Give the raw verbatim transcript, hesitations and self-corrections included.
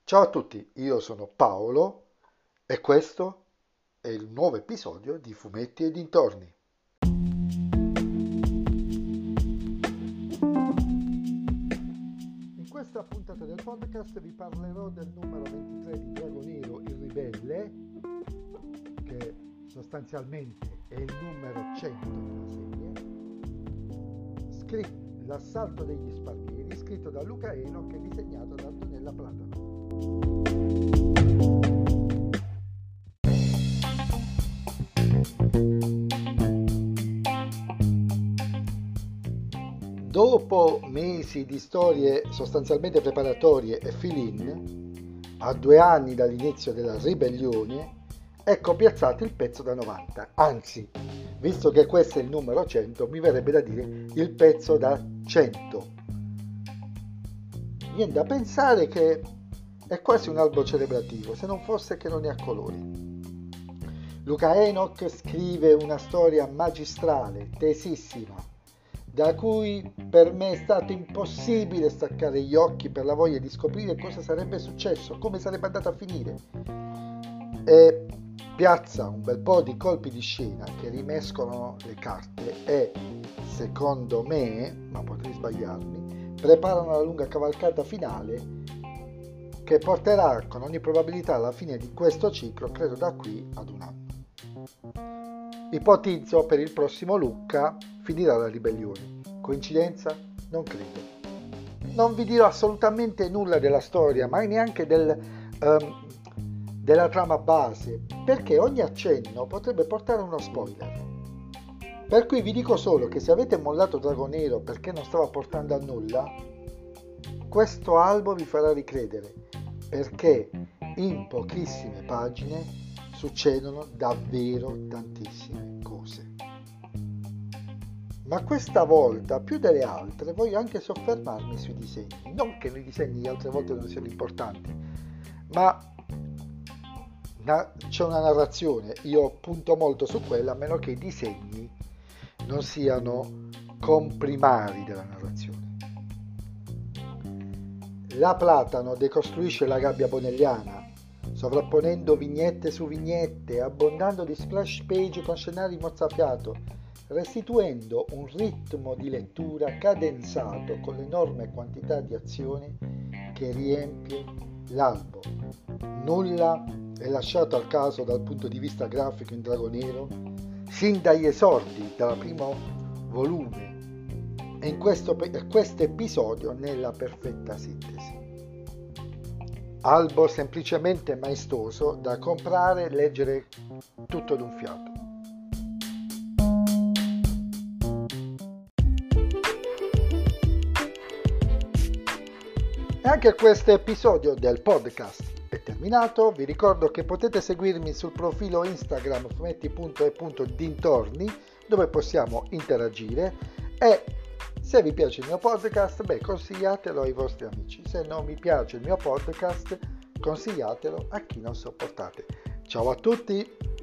Ciao a tutti, io sono Paolo e questo è il nuovo episodio di Fumetti e dintorni. In questa puntata del podcast vi parlerò del numero ventitré di Dragonero il Ribelle, che sostanzialmente è il numero cento della serie, scritto L'assalto degli spalmieri, scritto da Luca Enoch e disegnato da Antonella Platano. Dopo mesi di storie sostanzialmente preparatorie e fill-in, a due anni dall'inizio della ribellione, ecco piazzato il pezzo da novanta. Anzi, visto che questo è il numero cento, mi verrebbe da dire il pezzo da cento. Viene da pensare che è quasi un albo celebrativo, se non fosse che non è a colori. Luca Enoch scrive una storia magistrale, tesissima, da cui per me è stato impossibile staccare gli occhi per la voglia di scoprire cosa sarebbe successo, come sarebbe andata a finire. E piazza un bel po' di colpi di scena che rimescolano le carte e, secondo me, ma potrei sbagliarmi, preparano la lunga cavalcata finale che porterà con ogni probabilità alla fine di questo ciclo, credo da qui ad un anno. Ipotizzo per il prossimo Lucca finirà la ribellione. Coincidenza? Non credo. Non vi dirò assolutamente nulla della storia, ma neanche del, um, della trama base, perché ogni accenno potrebbe portare a uno spoiler. Per cui vi dico solo che se avete mollato Dragonero perché non stava portando a nulla, questo albo vi farà ricredere, perché in pochissime pagine succedono davvero tantissime cose. Ma questa volta, più delle altre, voglio anche soffermarmi sui disegni. Non che i disegni di altre volte non siano importanti, ma na- c'è una narrazione. Io punto molto su quella, a meno che i disegni non siano comprimari della narrazione. La Platano decostruisce la gabbia bonelliana, sovrapponendo vignette su vignette, abbondando di splash page con scenari mozzafiato, restituendo un ritmo di lettura cadenzato con l'enorme quantità di azione che riempie l'albo. Nulla è lasciato al caso dal punto di vista grafico in Dragonero, sin dagli esordi, dal primo volume, e in questo episodio nella perfetta sintesi. Albo semplicemente maestoso da comprare e leggere tutto d'un fiato. E anche questo episodio del podcast è terminato. Vi ricordo che potete seguirmi sul profilo Instagram fumetti punto e punto dintorni, dove possiamo interagire, e se vi piace il mio podcast, beh, consigliatelo ai vostri amici. Se non vi piace il mio podcast, consigliatelo a chi non sopportate. Ciao a tutti!